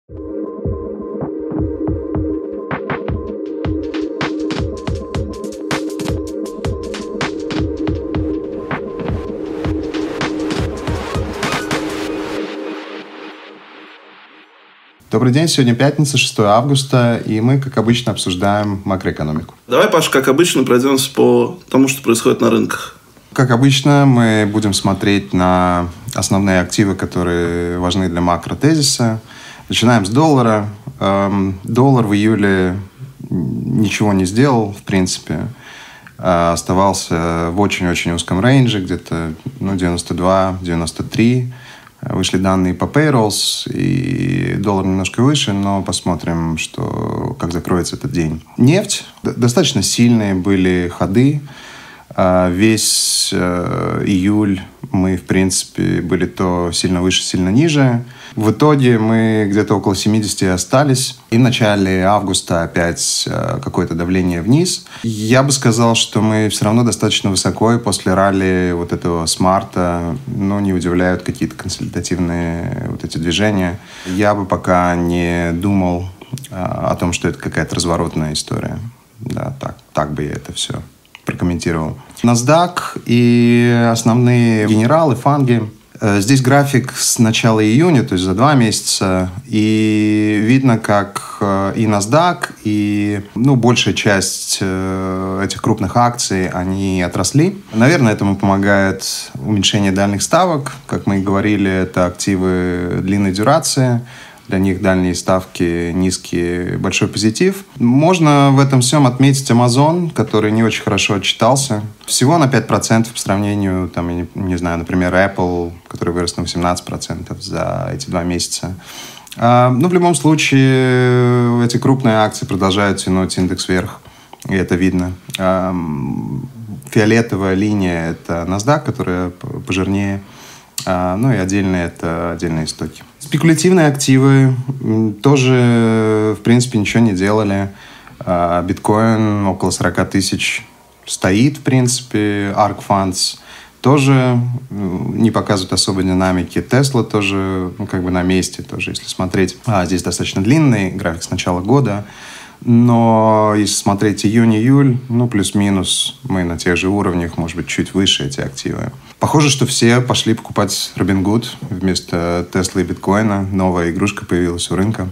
Добрый день, сегодня пятница, 6 августа, и мы, как обычно, обсуждаем макроэкономику. Давай, Паш, как обычно, пройдемся по тому, что происходит на рынках. Как обычно, мы будем смотреть на основные активы, которые важны для макротезиса. Начинаем с доллара. Доллар в июле ничего не сделал, в принципе. Оставался в очень-очень узком рейнже, где-то 92-93. Вышли данные по payrolls, и доллар немножко выше, но посмотрим, как закроется этот день. Нефть. Достаточно сильные были ходы. Весь июль мы, в принципе, были то сильно выше, сильно ниже. В итоге мы где-то около 70 остались. И в начале августа опять какое-то давление вниз. Я бы сказал, что мы все равно достаточно высоко, и после ралли вот этого с марта, не удивляют какие-то консолидативные вот эти движения. Я бы пока не думал о том, что это какая-то разворотная история. Да, так бы я это все прокомментировал. NASDAQ и основные генералы, фанги. Здесь график с начала июня, то есть за 2 месяца. И видно, как и NASDAQ, и большая часть этих крупных акций, они отросли. Наверное, этому помогает уменьшение дальних ставок. Как мы и говорили, это активы длинной дюрации. Для них дальние ставки низкие, большой позитив. Можно в этом всем отметить Amazon, который не очень хорошо отчитался. Всего на 5% по сравнению, например, Apple, который вырос на 18% за эти 2 месяца. В любом случае, эти крупные акции продолжают тянуть индекс вверх, и это видно. Фиолетовая линия – это NASDAQ, которая пожирнее. И отдельные стоки. Спекулятивные активы тоже, в принципе, ничего не делали. Биткоин около 40 тысяч стоит, в принципе. ARK Funds тоже не показывает особой динамики. Tesla тоже на месте, тоже, если смотреть. Здесь достаточно длинный график с начала года. Но если смотреть июнь-июль, плюс-минус мы на тех же уровнях, может быть, чуть выше эти активы. Похоже, что все пошли покупать Robinhood вместо Tesla и биткоина. Новая игрушка появилась у рынка.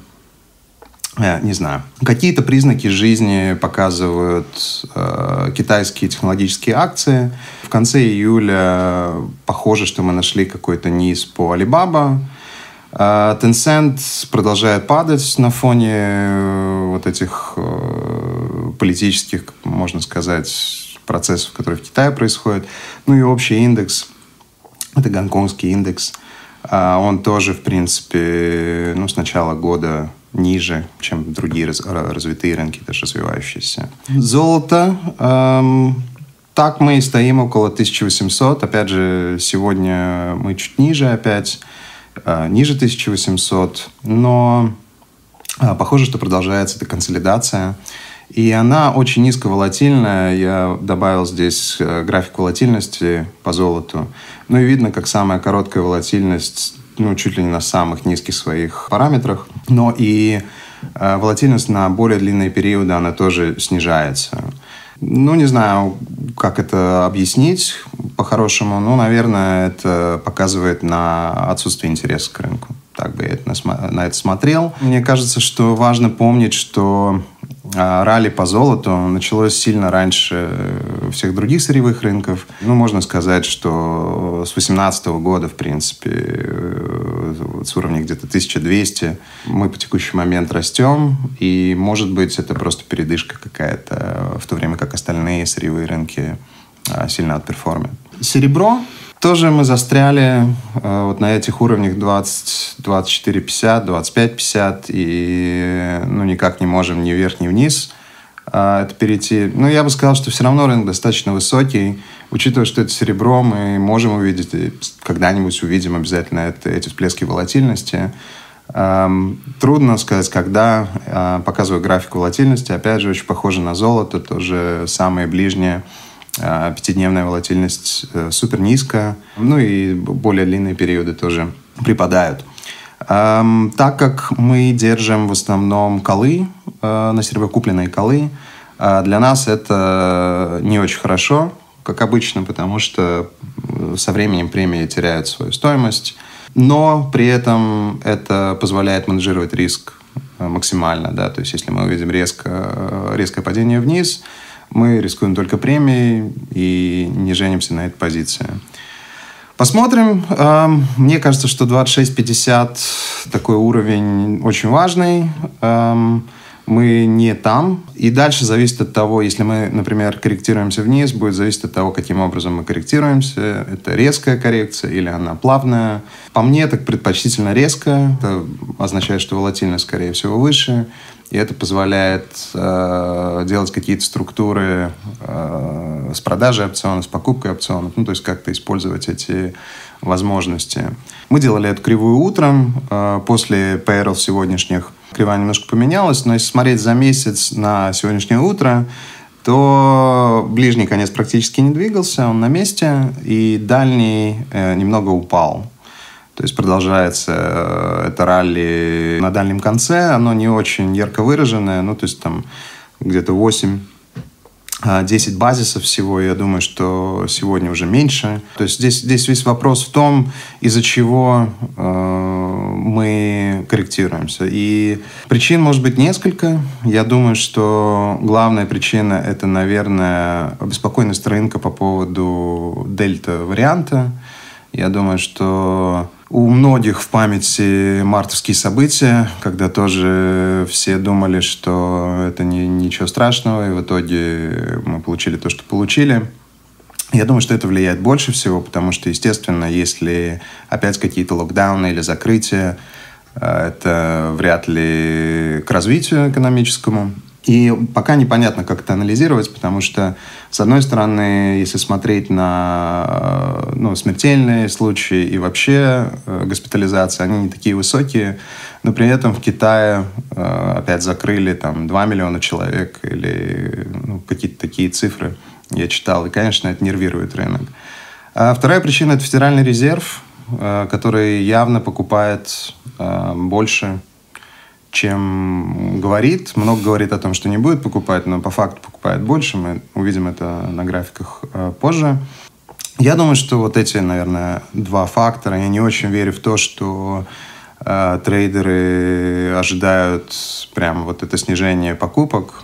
Не знаю. Какие-то признаки жизни показывают китайские технологические акции. В конце июля похоже, что мы нашли какой-то низ по Alibaba. Tencent продолжает падать на фоне вот этих политических, можно сказать, процессов, которые в Китае происходят. И общий индекс, это гонконгский индекс, он тоже, в принципе, с начала года ниже, чем другие развитые рынки, даже развивающиеся. Золото. Так мы и стоим около 1800. Опять же, сегодня мы чуть ниже опять. Ниже 1800, но похоже, что продолжается эта консолидация. И она очень низковолатильная. Я добавил здесь график волатильности по золоту. И видно, как самая короткая волатильность, чуть ли не на самых низких своих параметрах. Но и волатильность на более длинные периоды, она тоже снижается. Не знаю, как это объяснить по-хорошему. Наверное, это показывает на отсутствие интереса к рынку. Так бы я на это смотрел. Мне кажется, что важно помнить, что ралли по золоту началось сильно раньше всех других сырьевых рынков. Можно сказать, что с 2018 года, в принципе, с уровня где-то 1200 мы по текущий момент растем. И, может быть, это просто передышка какая-то, в то время как остальные сырьевые рынки сильно отперформят. Серебро. Тоже мы застряли на этих уровнях 24.50, 25.50 и никак не можем ни вверх, ни вниз это перейти. Я бы сказал, что все равно рынок достаточно высокий. Учитывая, что это серебро, мы можем увидеть, когда-нибудь увидим обязательно эти всплески волатильности. Трудно сказать, когда. Показываю график волатильности. Опять же, очень похоже на золото. Тоже самые ближние. 5-дневная волатильность супер низкая. И более длинные периоды тоже припадают. Так как мы держим в основном колы, на серебро купленные колы, для нас это не очень хорошо, как обычно, потому что со временем премии теряют свою стоимость. Но при этом это позволяет менеджировать риск максимально. Да? То есть если мы увидим резкое падение вниз, мы рискуем только премией и не женимся на этой позиции. Посмотрим. Мне кажется, что 26.50 такой уровень очень важный. Мы не там. И дальше зависит от того, если мы, например, корректируемся вниз, будет зависеть от того, каким образом мы корректируемся. Это резкая коррекция или она плавная. По мне, так предпочтительно резкая. Это означает, что волатильность, скорее всего, выше. И это позволяет делать какие-то структуры с продажей опционов, с покупкой опционов. Ну, то есть как-то использовать эти возможности. Мы делали эту кривую утром. После payroll сегодняшних кривая немножко поменялась. Но если смотреть за месяц на сегодняшнее утро, то ближний конец практически не двигался. Он на месте. И дальний немного упал. То есть продолжается это ралли на дальнем конце. Оно не очень ярко выраженное. Ну, то есть там где-то 8-10 базисов всего. Я думаю, что сегодня уже меньше. То есть здесь весь вопрос в том, из-за чего мы корректируемся. И причин может быть несколько. Я думаю, что главная причина – это, наверное, обеспокоенность рынка по поводу дельта-варианта. Я думаю, что у многих в памяти мартовские события, когда тоже все думали, что это ничего страшного, и в итоге мы получили то, что получили. Я думаю, что это влияет больше всего, потому что, естественно, если опять какие-то локдауны или закрытия, это вряд ли к развитию экономическому. И пока непонятно, как это анализировать, потому что, с одной стороны, если смотреть на смертельные случаи и вообще госпитализации, они не такие высокие, но при этом в Китае опять закрыли там 2 миллиона человек или какие-то такие цифры я читал, и, конечно, это нервирует рынок. А вторая причина – это Федеральный резерв, который явно покупает больше, чем говорит. Много говорит о том, что не будет покупать, но по факту покупает больше. Мы увидим это на графиках позже. Я думаю, что вот эти, наверное, два фактора. Я не очень верю в то, что трейдеры ожидают прям вот это снижение покупок.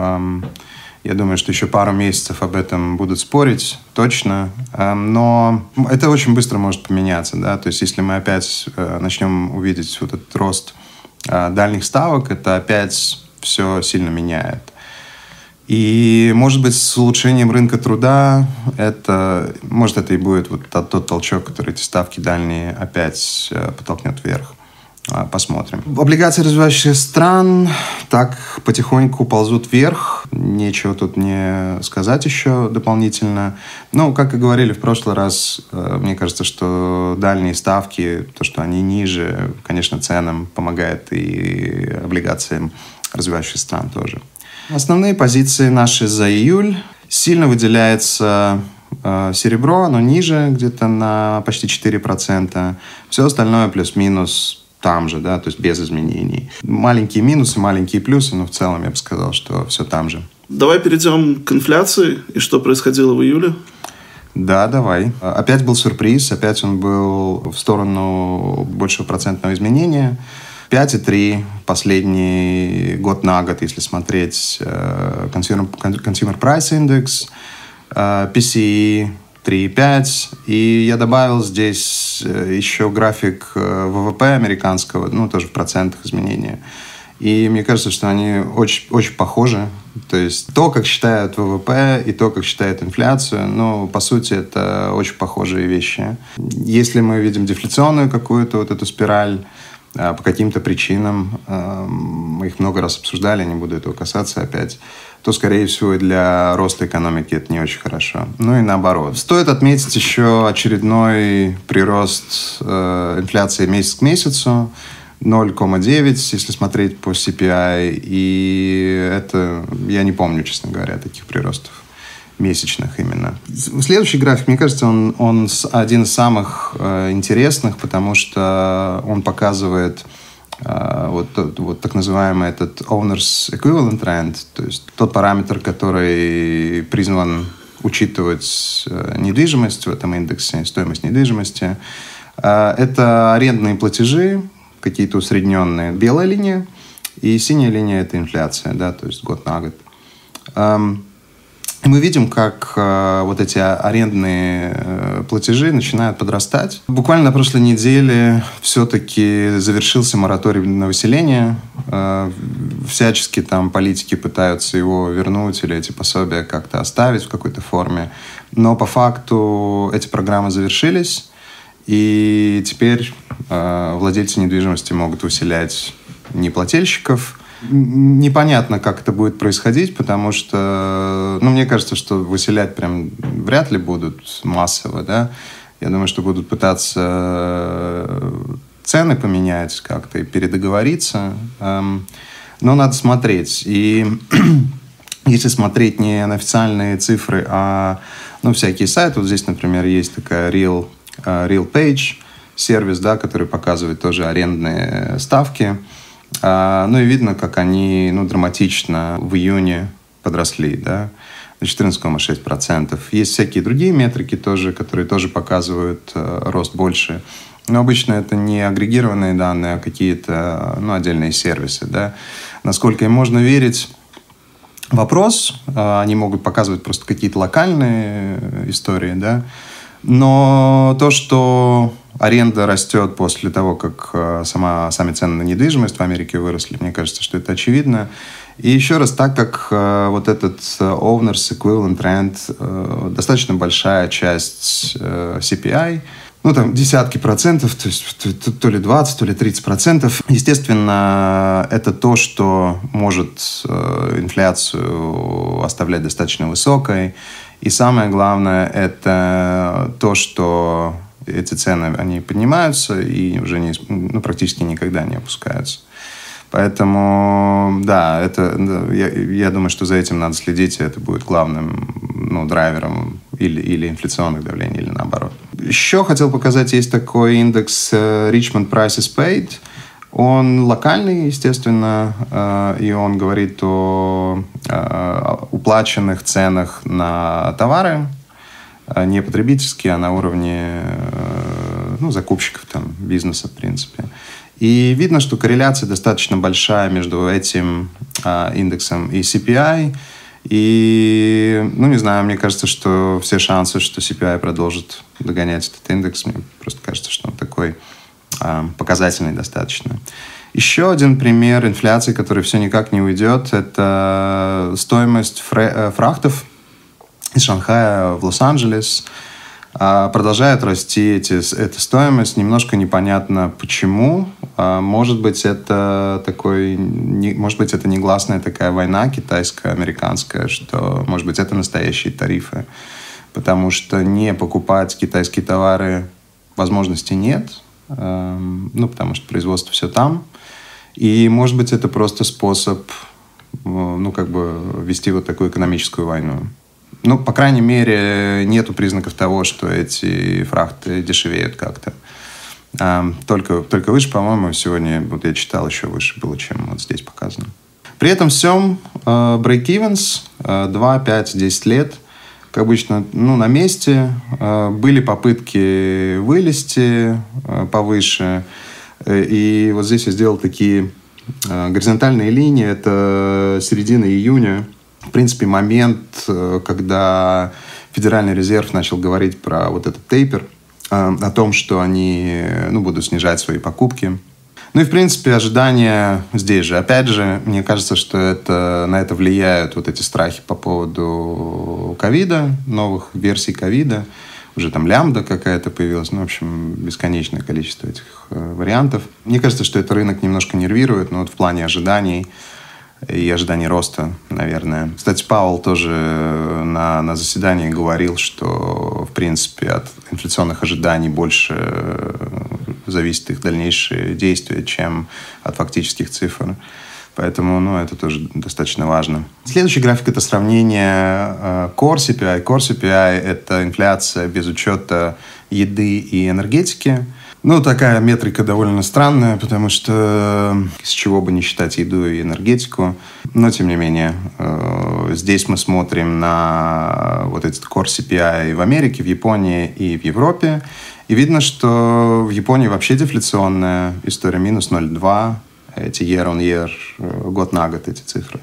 Я думаю, что еще пару месяцев об этом будут спорить, точно. Но это очень быстро может поменяться. Да? То есть если мы опять начнем увидеть вот этот рост дальних ставок, это опять все сильно меняет. И, может быть, с улучшением рынка труда, это и будет вот тот толчок, который эти ставки дальние опять подтолкнет вверх. Посмотрим. Облигации развивающихся стран так потихоньку ползут вверх. Нечего тут мне сказать еще дополнительно. Ну, как и говорили в прошлый раз, мне кажется, что дальние ставки, то, что они ниже, конечно, ценам помогает и облигациям развивающихся стран тоже. Основные позиции наши за июль. Сильно выделяется серебро, оно ниже, где-то на почти 4%. Все остальное плюс-минус там же, да, то есть без изменений. Маленькие минусы, маленькие плюсы, но в целом я бы сказал, что все там же. Давай перейдем к инфляции и что происходило в июле. Да, давай. Опять был сюрприз, опять он был в сторону большего процентного изменения. 5,3 последний год на год, если смотреть Consumer Price Index, PCE 3,5. И я добавил здесь еще график ВВП американского, тоже в процентах изменения. И мне кажется, что они очень, очень похожи. То есть то, как считают ВВП, и то, как считают инфляцию, по сути, это очень похожие вещи. Если мы видим дефляционную какую-то вот эту спираль, по каким-то причинам, мы их много раз обсуждали, не буду этого касаться опять, то, скорее всего, и для роста экономики это не очень хорошо. Ну и наоборот. Стоит отметить еще очередной прирост инфляции месяц к месяцу, 0,9, если смотреть по CPI, и это, я не помню, честно говоря, таких приростов. месячных именно. Следующий график, мне кажется, он один из самых интересных, потому что он показывает вот так называемый этот Owner's Equivalent Rent, то есть тот параметр, который призван учитывать недвижимость в этом индексе, стоимость недвижимости. Это арендные платежи, какие-то усредненные. Белая линия и синяя линия – это инфляция, да, то есть год на год. Мы видим, как вот эти арендные платежи начинают подрастать. Буквально на прошлой неделе все-таки завершился мораторий на выселение. Всячески там политики пытаются его вернуть или эти пособия как-то оставить в какой-то форме. Но по факту эти программы завершились, и теперь владельцы недвижимости могут выселять неплательщиков. Непонятно, как это будет происходить, потому что, мне кажется, что выселять прям вряд ли будут массово, да. Я думаю, что будут пытаться цены поменять как-то и передоговориться. Но надо смотреть. И если смотреть не на официальные цифры, а всякие сайты. Вот здесь, например, есть такая Real Page сервис, да, который показывает тоже арендные ставки. И видно, как они драматично в июне подросли, да, на 14,6%. Есть всякие другие метрики тоже, которые тоже показывают рост больше. Но обычно это не агрегированные данные, а какие-то отдельные сервисы. Да. Насколько им можно верить? Вопрос. Они могут показывать просто какие-то локальные истории, да. Но то, что аренда растет после того, как сами цены на недвижимость в Америке выросли, мне кажется, что это очевидно. И еще раз, так как вот этот Owner's Equivalent Rent достаточно большая часть CPI, там десятки процентов, то есть то ли 20, то ли 30%. Естественно, это то, что может инфляцию оставлять достаточно высокой. И самое главное, это то, что эти цены, они поднимаются и уже практически никогда не опускаются. Поэтому, да, я думаю, что за этим надо следить, и это будет главным драйвером или инфляционных давлений, или наоборот. Еще хотел показать, есть такой индекс Richmond Prices Paid. Он локальный, естественно, и он говорит о уплаченных ценах на товары, не потребительские, а на уровне закупщиков, бизнеса, в принципе. И видно, что корреляция достаточно большая между этим индексом и CPI. И, не знаю, мне кажется, что все шансы, что CPI продолжит догонять этот индекс. Мне просто кажется, что он такой показательный достаточно. Еще один пример инфляции, который все никак не уйдет, это стоимость фрахтов из Шанхая в Лос-Анджелес. Продолжает расти эта стоимость. Немножко непонятно, почему. Может быть, это негласная такая война китайско-американская, что, может быть, это настоящие тарифы. Потому что не покупать китайские товары возможности нет. Потому что производство все там. И, может быть, это просто способ, вести вот такую экономическую войну. По крайней мере, нету признаков того, что эти фрахты дешевеют как-то. Только выше, по-моему, сегодня, я читал, еще выше было, чем вот здесь показано. При этом всем break-evens 2, 5, 10 лет, как обычно, на месте. Были попытки вылезти повыше. И вот здесь я сделал такие горизонтальные линии. Это середина июня. В принципе, момент, когда Федеральный резерв начал говорить про вот этот тейпер, о том, что они будут снижать свои покупки. И, в принципе, ожидания здесь же. Опять же, мне кажется, что на это влияют вот эти страхи по поводу ковида, новых версий ковида. Уже там лямбда какая-то появилась. В общем, бесконечное количество этих вариантов. Мне кажется, что это рынок немножко нервирует, но в плане ожиданий и ожиданий роста, наверное. Кстати, Пауэлл тоже на заседании говорил, что, в принципе, от инфляционных ожиданий больше зависит их дальнейшие действия, чем от фактических цифр. Поэтому, это тоже достаточно важно. Следующий график – это сравнение Core CPI. Core CPI – это инфляция без учета еды и энергетики. Такая метрика довольно странная, потому что с чего бы не считать еду и энергетику. Но, тем не менее, здесь мы смотрим на вот этот Core CPI в Америке, в Японии и в Европе. И видно, что в Японии вообще дефляционная история, минус 0,2. Эти year-on-year, год на год эти цифры.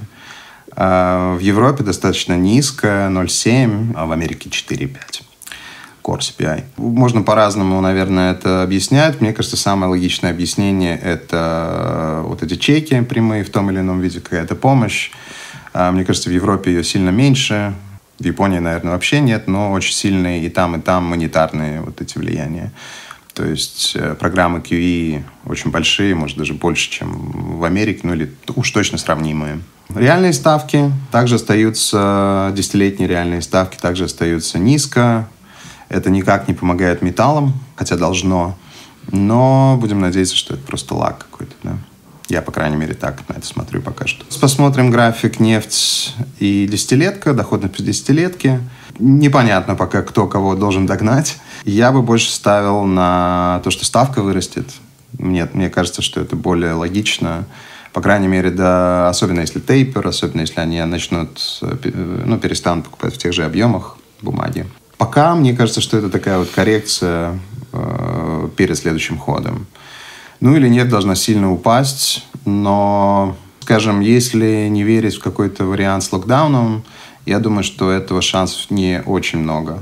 В Европе достаточно низко, 0,7, а в Америке 4,5. Core CPI. Можно по-разному, наверное, это объяснять. Мне кажется, самое логичное объяснение – это вот эти чеки прямые в том или ином виде, какая-то помощь. Мне кажется, в Европе ее сильно меньше. В Японии, наверное, вообще нет, но очень сильные и там монетарные вот эти влияния. То есть программы QE очень большие, может, даже больше, чем в Америке, или уж точно сравнимые. Реальные ставки также остаются, десятилетние реальные ставки также остаются низко. Это никак не помогает металлам, хотя должно. Но будем надеяться, что это просто лаг какой-то, да? Я, по крайней мере, так на это смотрю пока что. Посмотрим график нефть и десятилетка, доходность по десятилетке. Непонятно пока, кто кого должен догнать. Я бы больше ставил на то, что ставка вырастет. Нет, мне кажется, что это более логично. По крайней мере, да, особенно если тейпер, особенно если они начнут, перестанут покупать в тех же объемах бумаги. Пока мне кажется, что это такая вот коррекция перед следующим ходом. Или нефть должна сильно упасть, но, скажем, если не верить в какой-то вариант с локдауном, я думаю, что этого шансов не очень много.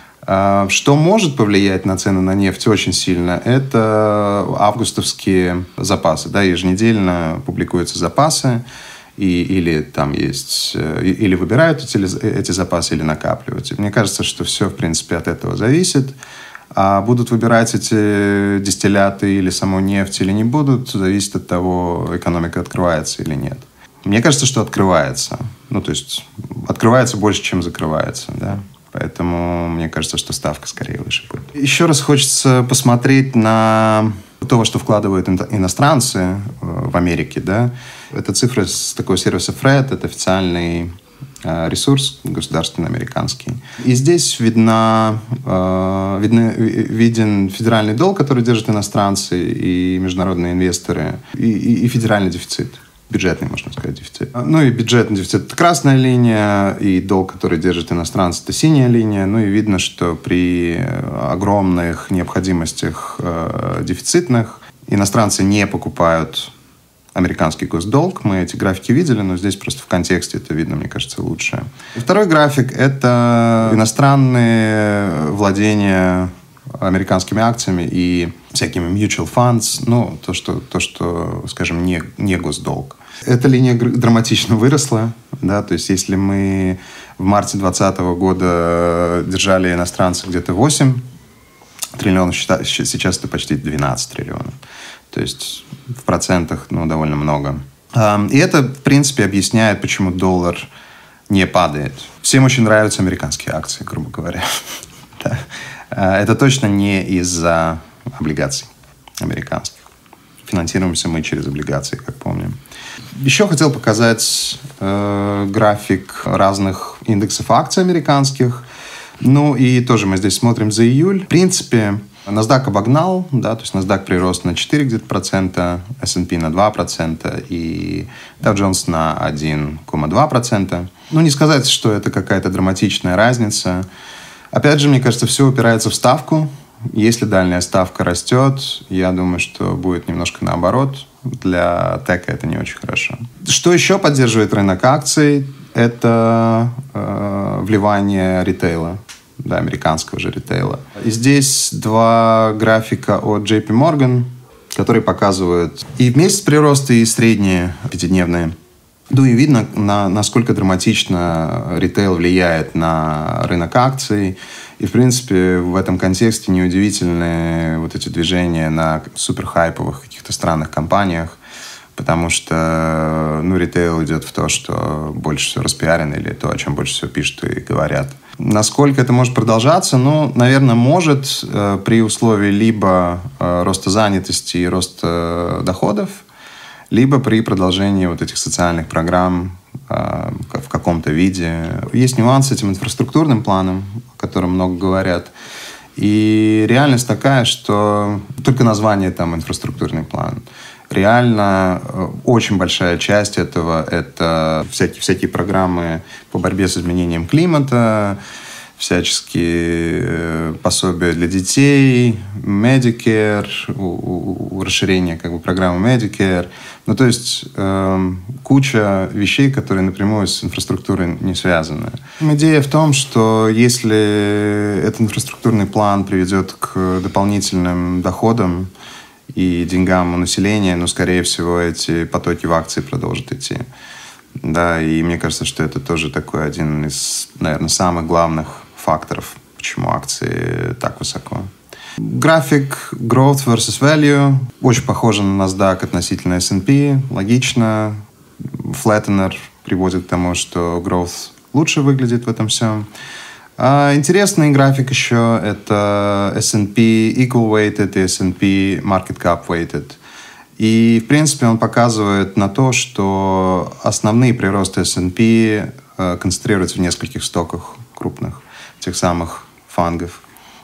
Что может повлиять на цены на нефть очень сильно, это августовские запасы. Да, еженедельно публикуются запасы, или там есть, или выбирают эти запасы, или накапливают. Мне кажется, что все, в принципе, от этого зависит. А будут выбирать эти дистилляты или саму нефть, или не будут, зависит от того, экономика открывается или нет. Мне кажется, что открывается. То есть открывается больше, чем закрывается, да. Поэтому мне кажется, что ставка скорее выше будет. Еще раз хочется посмотреть на то, во что вкладывают иностранцы в Америке, да. Это цифры с такого сервиса FRED, это официальный ресурс государственный американский. И здесь виден федеральный долг, который держат иностранцы и международные инвесторы, и федеральный дефицит. Бюджетный, можно сказать, дефицит. И бюджетный дефицит – это красная линия, и долг, который держат иностранцы – это синяя линия. И видно, что при огромных необходимостях дефицитных иностранцы не покупают американский госдолг. Мы эти графики видели, но здесь просто в контексте это видно, мне кажется, лучше. Второй график – это иностранные владения американскими акциями и всякими mutual funds, то, что, скажем, не госдолг. Эта линия драматично выросла, да, то есть если мы в марте 2020 года держали иностранцев где-то 8 триллионов, сейчас это почти 12 триллионов. То есть в процентах, довольно много. И это, в принципе, объясняет, почему доллар не падает. Всем очень нравятся американские акции, грубо говоря. Это точно не из-за облигаций американских. Финансируемся мы через облигации, как помним. Еще хотел показать график разных индексов акций американских. И тоже мы здесь смотрим за июль. В принципе, NASDAQ обогнал, да, то есть NASDAQ прирос на 4 где-то процента, S&P на 2% и Dow Jones на 1,2%. Не сказать, что это какая-то драматичная разница. Опять же, мне кажется, все упирается в ставку. Если дальняя ставка растет, я думаю, что будет немножко наоборот. Для тека это не очень хорошо. Что еще поддерживает рынок акций? Это вливание ритейла, да, американского же ритейла. И здесь два графика от JP Morgan, которые показывают и месяц прироста, и средние пятидневные. И видно, насколько драматично ритейл влияет на рынок акций. И, в принципе, в этом контексте неудивительны вот эти движения на суперхайповых каких-то странных компаниях, потому что, ритейл идет в то, что больше всего распиарено, или то, о чем больше всего пишут и говорят. Насколько это может продолжаться? Наверное, может при условии либо роста занятости и роста доходов, либо при продолжении вот этих социальных программ в каком-то виде. Есть нюанс с этим инфраструктурным планом, о котором много говорят. И реальность такая, что только название там инфраструктурный план. Реально очень большая часть этого – это всякие программы по борьбе с изменением климата, всяческие пособия для детей, Medicare, расширение программы Medicare. Ну, то есть куча вещей, которые напрямую с инфраструктурой не связаны. Идея в том, что если этот инфраструктурный план приведет к дополнительным доходам и деньгам у населения, но, скорее всего, эти потоки в акции продолжат идти. Да, и мне кажется, что это тоже такой один из, наверное, самых главных факторов, почему акции так высоко. График growth versus value очень похож на NASDAQ относительно S&P. Логично. Flattener приводит к тому, что growth лучше выглядит в этом всем. Интересный график еще – это S&P Equal Weighted и S&P Market Cap Weighted. И, в принципе, он показывает на то, что основные приросты S&P концентрируются в нескольких стоках крупных, тех самых фангов.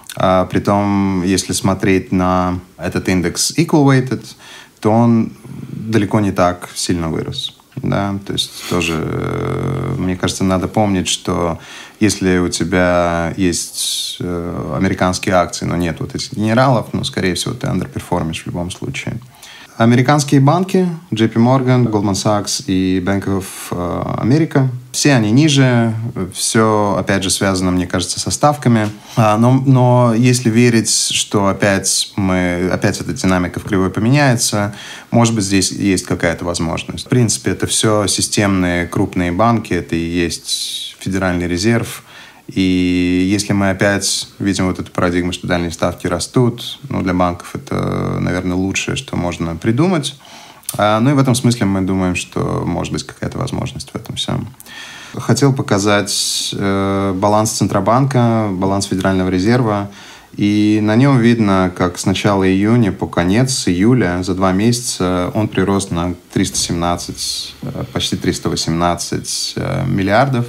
Притом, если смотреть на этот индекс Equal Weighted, то он далеко не так сильно вырос. Да? То есть тоже, мне кажется, надо помнить, что если у тебя есть американские акции, но нет вот этих генералов, ну, скорее всего, ты андерперформишь в любом случае. Американские банки, JP Morgan, Goldman Sachs и Bank of America, все они ниже, все, опять же, связано, мне кажется, со ставками. Но если верить, что опять эта динамика в кривой поменяется, может быть, здесь есть какая-то возможность. В принципе, это все системные крупные банки, это и есть Федеральный резерв. И если мы опять видим вот эту парадигму, что дальние ставки растут, ну, для банков это, наверное, лучшее, что можно придумать. Ну и в этом смысле мы думаем, что может быть какая-то возможность в этом всем. Хотел показать баланс Центробанка, баланс Федерального резерва. И на нем видно, как с начала июня по конец июля за 2 месяца он прирос на 317, почти 318 миллиардов.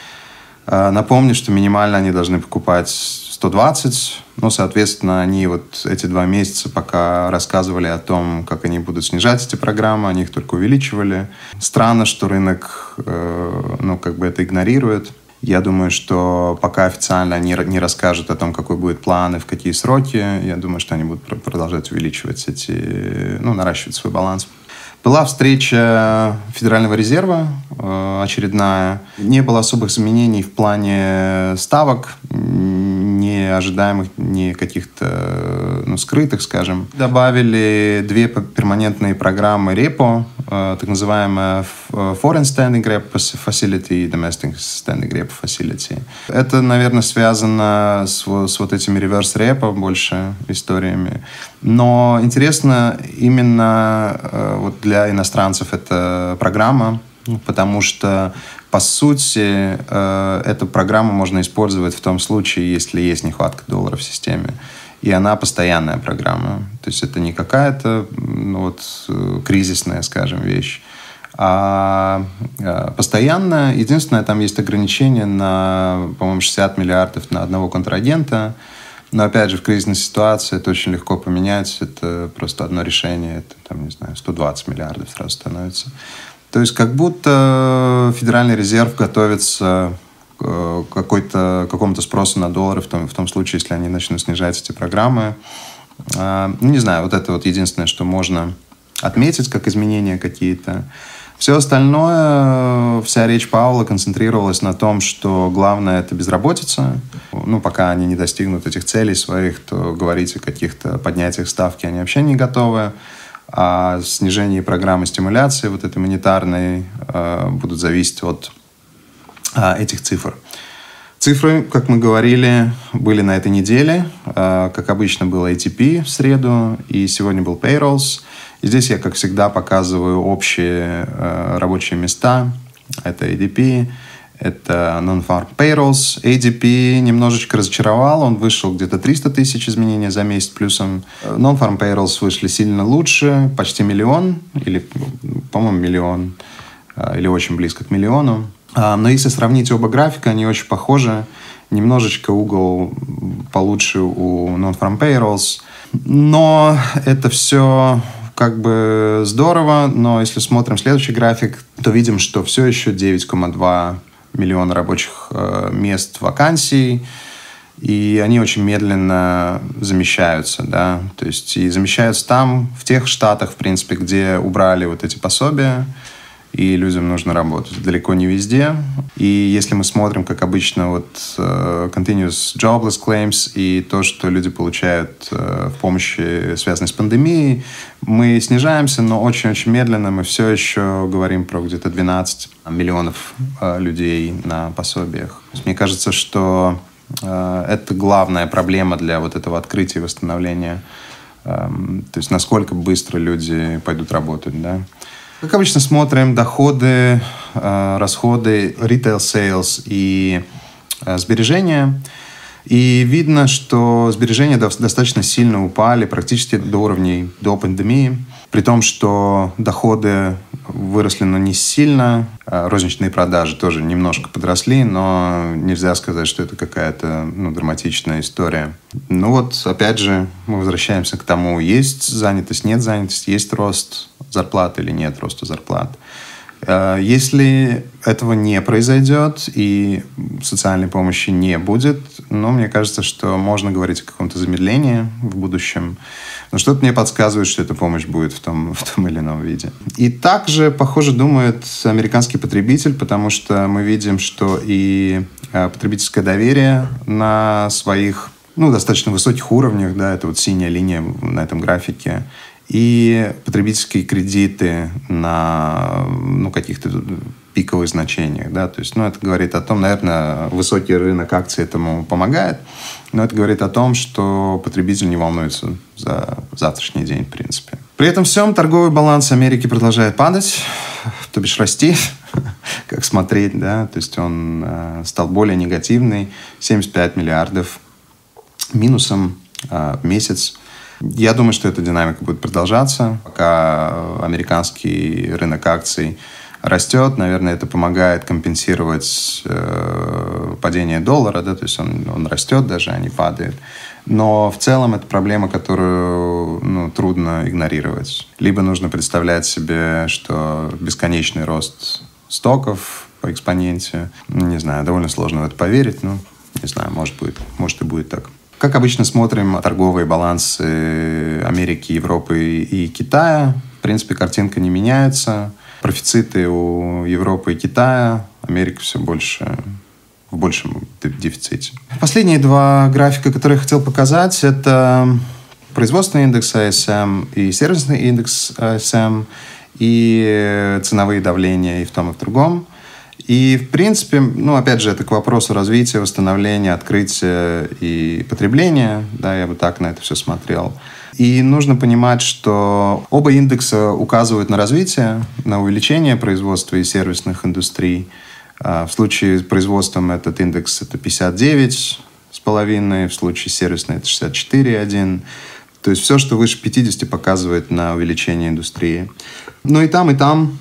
Напомню, что минимально они должны покупать 120, ну, соответственно, они вот эти 2 месяца пока рассказывали о том, как они будут снижать эти программы, они их только увеличивали. Странно, что рынок, это игнорирует. Я думаю, что пока официально они не расскажут о том, какой будет план и в какие сроки, я думаю, что они будут продолжать увеличивать наращивать свой баланс. Была встреча Федерального резерва очередная. Не было особых изменений в плане ставок, ни ожидаемых, ни каких-то скрытых, скажем. Добавили 2 перманентные программы репо, так называемая Foreign Standing Repo Facility и Domestic Standing Repo Facility. Это, наверное, связано с вот этими реверс-репо больше историями. Но интересно именно вот для иностранцев эта программа, потому что, по сути, эту программу можно использовать в том случае, если есть нехватка доллара в системе. И она постоянная программа. То есть это не какая-то кризисная, скажем, вещь, а постоянная. Единственное, там есть ограничение на, по-моему, 60 миллиардов на одного контрагента. Но, опять же, в кризисной ситуации это очень легко поменять. Это просто одно решение. Это, 120 миллиардов сразу становится. То есть как будто Федеральный резерв готовится к какому-то спросу на доллары в том случае, если они начнут снижать эти программы. Не знаю, вот это вот единственное, что можно отметить как изменения какие-то. Все остальное, вся речь Пауэлла концентрировалась на том, что главное – это безработица. Пока они не достигнут этих целей своих, то говорить о каких-то поднятиях ставки они вообще не готовы. А снижение программы стимуляции, вот этой монетарной, будут зависеть от этих цифр. Цифры, как мы говорили, были на этой неделе. Как обычно, был ATP в среду, и сегодня был Payrolls. И здесь я, как всегда, показываю общие рабочие места. Это ADP, Это Non-Farm Payrolls. ADP немножечко разочаровал. Он вышел где-то 300 тысяч изменений за месяц плюсом. Non-Farm Payrolls вышли сильно лучше. Почти миллион. Или, по-моему, миллион. Или очень близко к миллиону. Но если сравнить оба графика, они очень похожи. Немножечко угол получше у Non-Farm Payrolls. Но это все как бы здорово. Но если смотрим следующий график, то видим, что все еще 9,2 миллиона рабочих мест вакансий, и они очень медленно замещаются, да, то есть и замещаются там, в тех штатах, в принципе, где убрали вот эти пособия, и людям нужно работать. Далеко не везде. И если мы смотрим, как обычно, вот continuous jobless claims и то, что люди получают в помощи, связанной с пандемией, мы снижаемся, но очень-очень медленно. Мы все еще говорим про где-то 12 миллионов людей на пособиях. Мне кажется, что это главная проблема для вот этого открытия и восстановления. То есть насколько быстро люди пойдут работать, да. Как обычно, смотрим доходы, расходы, retail sales и сбережения. И видно, что сбережения достаточно сильно упали, практически до уровней до пандемии. При том, что доходы выросли, но не сильно. Розничные продажи тоже немножко подросли, но нельзя сказать, что это какая-то драматичная история. Ну вот, опять же, мы возвращаемся к тому, есть занятость, нет занятости, есть рост зарплат или нет роста зарплат. Если этого не произойдет и социальной помощи не будет, мне кажется, что можно говорить о каком-то замедлении в будущем. Но что-то мне подсказывает, что эта помощь будет в том или ином виде. И также, похоже, думает американский потребитель, потому что мы видим, что и потребительское доверие на своих достаточно высоких уровнях, да, это вот синяя линия на этом графике, и потребительские кредиты на каких-то пиковых значениях. Да? То есть, это говорит о том, наверное, высокий рынок акций этому помогает, но это говорит о том, что потребитель не волнуется за завтрашний день, в принципе. При этом всем торговый баланс Америки продолжает падать, то бишь расти, как смотреть, да, то есть он стал более негативный, 75 миллиардов минусом в месяц. Я думаю, что эта динамика будет продолжаться, пока американский рынок акций растет. Наверное, это помогает компенсировать падение доллара, да, то есть он растет даже, а не падает. Но в целом это проблема, которую трудно игнорировать. Либо нужно представлять себе, что бесконечный рост стоков по экспоненте, не знаю, довольно сложно в это поверить, но не знаю, может и будет так. Как обычно смотрим торговые балансы Америки, Европы и Китая. В принципе, картинка не меняется. Профициты у Европы и Китая. Америка все больше в большем дефиците. Последние два графика, которые я хотел показать, это производственный индекс ISM и сервисный индекс ISM, и ценовые давления и в том, и в другом. И, в принципе, опять же, это к вопросу развития, восстановления, открытия и потребления. Да, я бы так на это все смотрел. И нужно понимать, что оба индекса указывают на развитие, на увеличение производства и сервисных индустрий. В случае с производством этот индекс это 59,5, в случае сервисной это 64,1. То есть все, что выше 50, показывает на увеличение индустрии. И там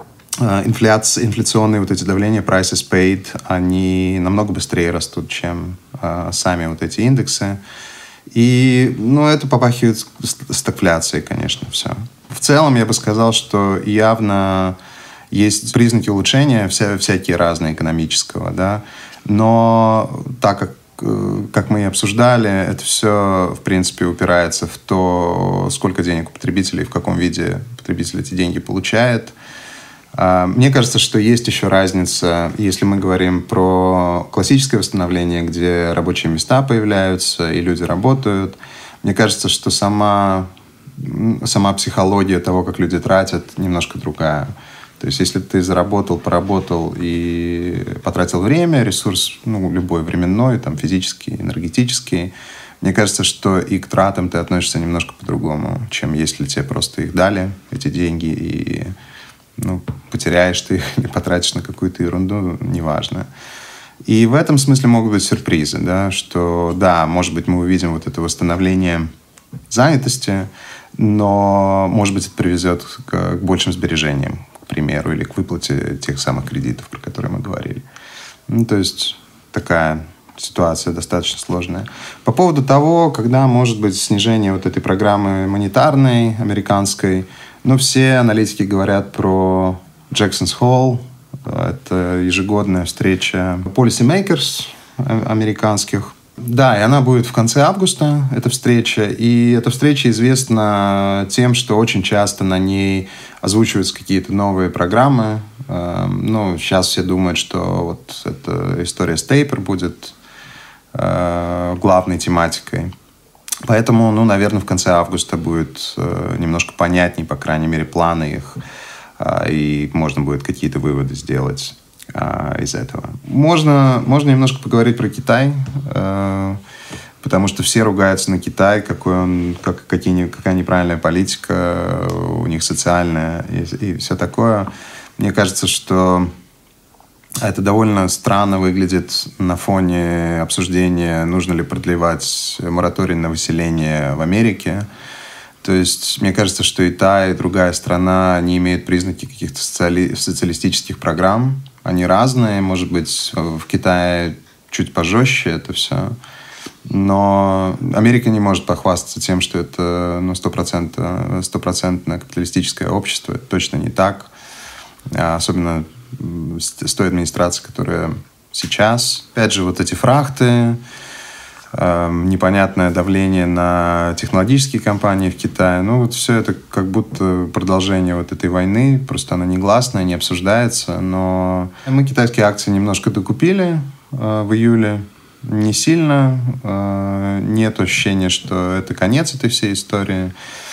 инфляционные вот эти давления, prices paid, они намного быстрее растут, чем сами вот эти индексы. И, это попахивает стагфляцией, конечно, все. В целом, я бы сказал, что явно есть признаки улучшения, всякие разные экономического, да, но так как мы и обсуждали, это все, в принципе, упирается в то, сколько денег у потребителей, в каком виде потребитель эти деньги получает. Мне кажется, что есть еще разница, если мы говорим про классическое восстановление, где рабочие места появляются и люди работают. Мне кажется, что сама психология того, как люди тратят, немножко другая. То есть, если ты заработал, поработал и потратил время, ресурс, любой временной, там, физический, энергетический, мне кажется, что и к тратам ты относишься немножко по-другому, чем если тебе просто их дали, эти деньги, и потеряешь ты их или потратишь на какую-то ерунду, неважно. И в этом смысле могут быть сюрпризы, да, что, да, может быть, мы увидим вот это восстановление занятости, но, может быть, это приведет к большим сбережениям, к примеру, или к выплате тех самых кредитов, про которые мы говорили. Ну, то есть такая ситуация достаточно сложная. По поводу того, когда может быть снижение вот этой программы монетарной, американской, все аналитики говорят про Jackson's Hole. Это ежегодная встреча policymakers американских. Да, и она будет в конце августа, эта встреча. И эта встреча известна тем, что очень часто на ней озвучиваются какие-то новые программы. Сейчас все думают, что вот эта история с Taper будет главной тематикой. Поэтому, наверное, в конце августа будет немножко понятнее, по крайней мере, планы их. И можно будет какие-то выводы сделать из этого. Можно немножко поговорить про Китай, потому что все ругаются на Китай, какая неправильная политика у них социальная и все такое. Мне кажется, что это довольно странно выглядит на фоне обсуждения, нужно ли продлевать мораторий на выселение в Америке. То есть, мне кажется, что и та, и другая страна не имеют признаки каких-то социалистических программ. Они разные. Может быть, в Китае чуть пожестче это все. Но Америка не может похвастаться тем, что это стопроцентное капиталистическое общество. Это точно не так. Особенно с той администрацией, которая сейчас. Опять же, вот эти фрахты, непонятное давление на технологические компании в Китае. Все это как будто продолжение вот этой войны. Просто она негласная, не обсуждается. Но мы китайские акции немножко докупили в июле. Не сильно. Нет ощущения, что это конец этой всей истории.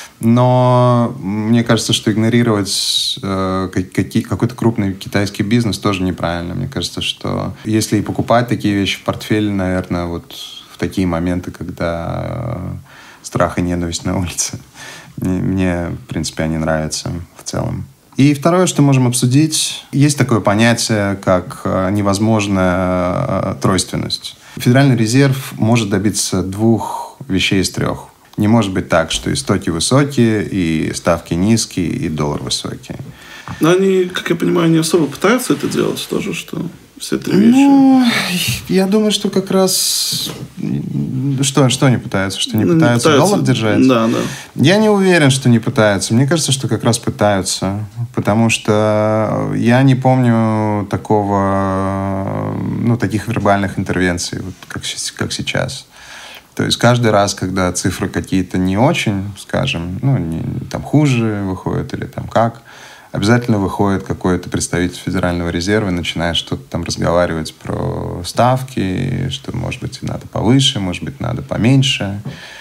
Но мне кажется, что игнорировать какой-то крупный китайский бизнес тоже неправильно. Мне кажется, что если и покупать такие вещи в портфель, наверное, вот в такие моменты, когда страх и ненависть на улице. Мне, в принципе, они нравятся в целом. И второе, что можем обсудить, есть такое понятие, как невозможная тройственность. Федеральный резерв может добиться двух вещей из трех. Не может быть так, что истоки высокие, и ставки низкие, и доллар высокий. Но они, как я понимаю, не особо пытаются это делать тоже, что все три вещи. Я думаю, что как раз... Что они пытаются? Что не пытаются доллар держать? Да. Я не уверен, что не пытаются. Мне кажется, что как раз пытаются. Потому что я не помню таких вербальных интервенций, вот как сейчас. То есть каждый раз, когда цифры какие-то не очень, скажем, там хуже выходят или там как, обязательно выходит какой-то представитель Федерального резерва и начинает что-то там разговаривать про ставки, что, может быть, надо повыше, может быть, надо поменьше.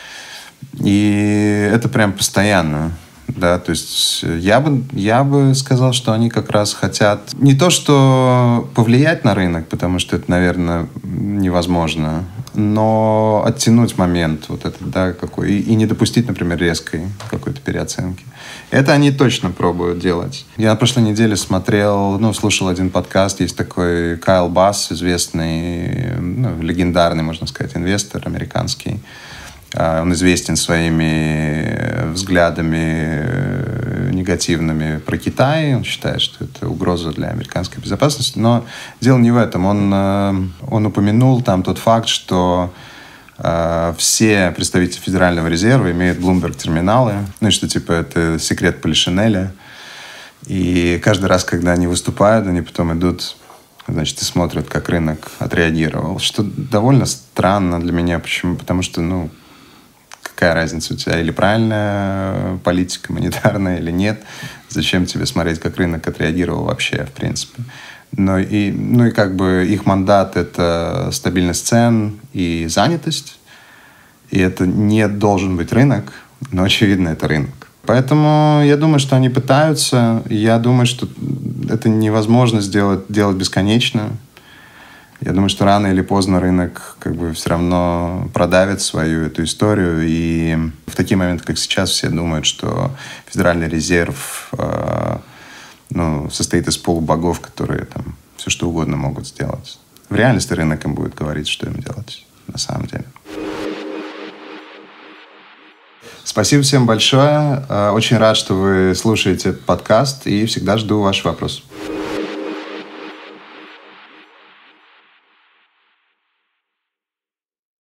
И это прям постоянно. Да, то есть я бы сказал, что они как раз хотят не то, что повлиять на рынок, потому что это, наверное, невозможно, но оттянуть момент вот этот, да, какой, и не допустить, например, резкой какой-то переоценки. Это они точно пробуют делать. Я на прошлой неделе слушал один подкаст, есть такой Кайл Басс, известный, легендарный, можно сказать, инвестор американский. Он известен своими взглядами негативными про Китай. Он считает, что это угроза для американской безопасности. Но дело не в этом. Он упомянул там тот факт, что все представители Федерального резерва имеют Bloomberg-терминалы. И что это секрет Полишинеля. И каждый раз, когда они выступают, они потом идут, и смотрят, как рынок отреагировал. Что довольно странно для меня. Почему? Потому что, какая разница у тебя? Или правильная политика монетарная, или нет? Зачем тебе смотреть, как рынок отреагировал вообще, в принципе? И как бы их мандат – это стабильность цен и занятость. И это не должен быть рынок, но, очевидно, это рынок. Поэтому я думаю, что они пытаются. Я думаю, что это невозможно делать бесконечно. Я думаю, что рано или поздно рынок как бы все равно продавит свою эту историю. И в такие моменты, как сейчас, все думают, что Федеральный резерв состоит из полубогов, которые там все что угодно могут сделать. В реальности рынок им будет говорить, что им делать на самом деле. Спасибо всем большое. Очень рад, что вы слушаете этот подкаст, и всегда жду ваши вопросы.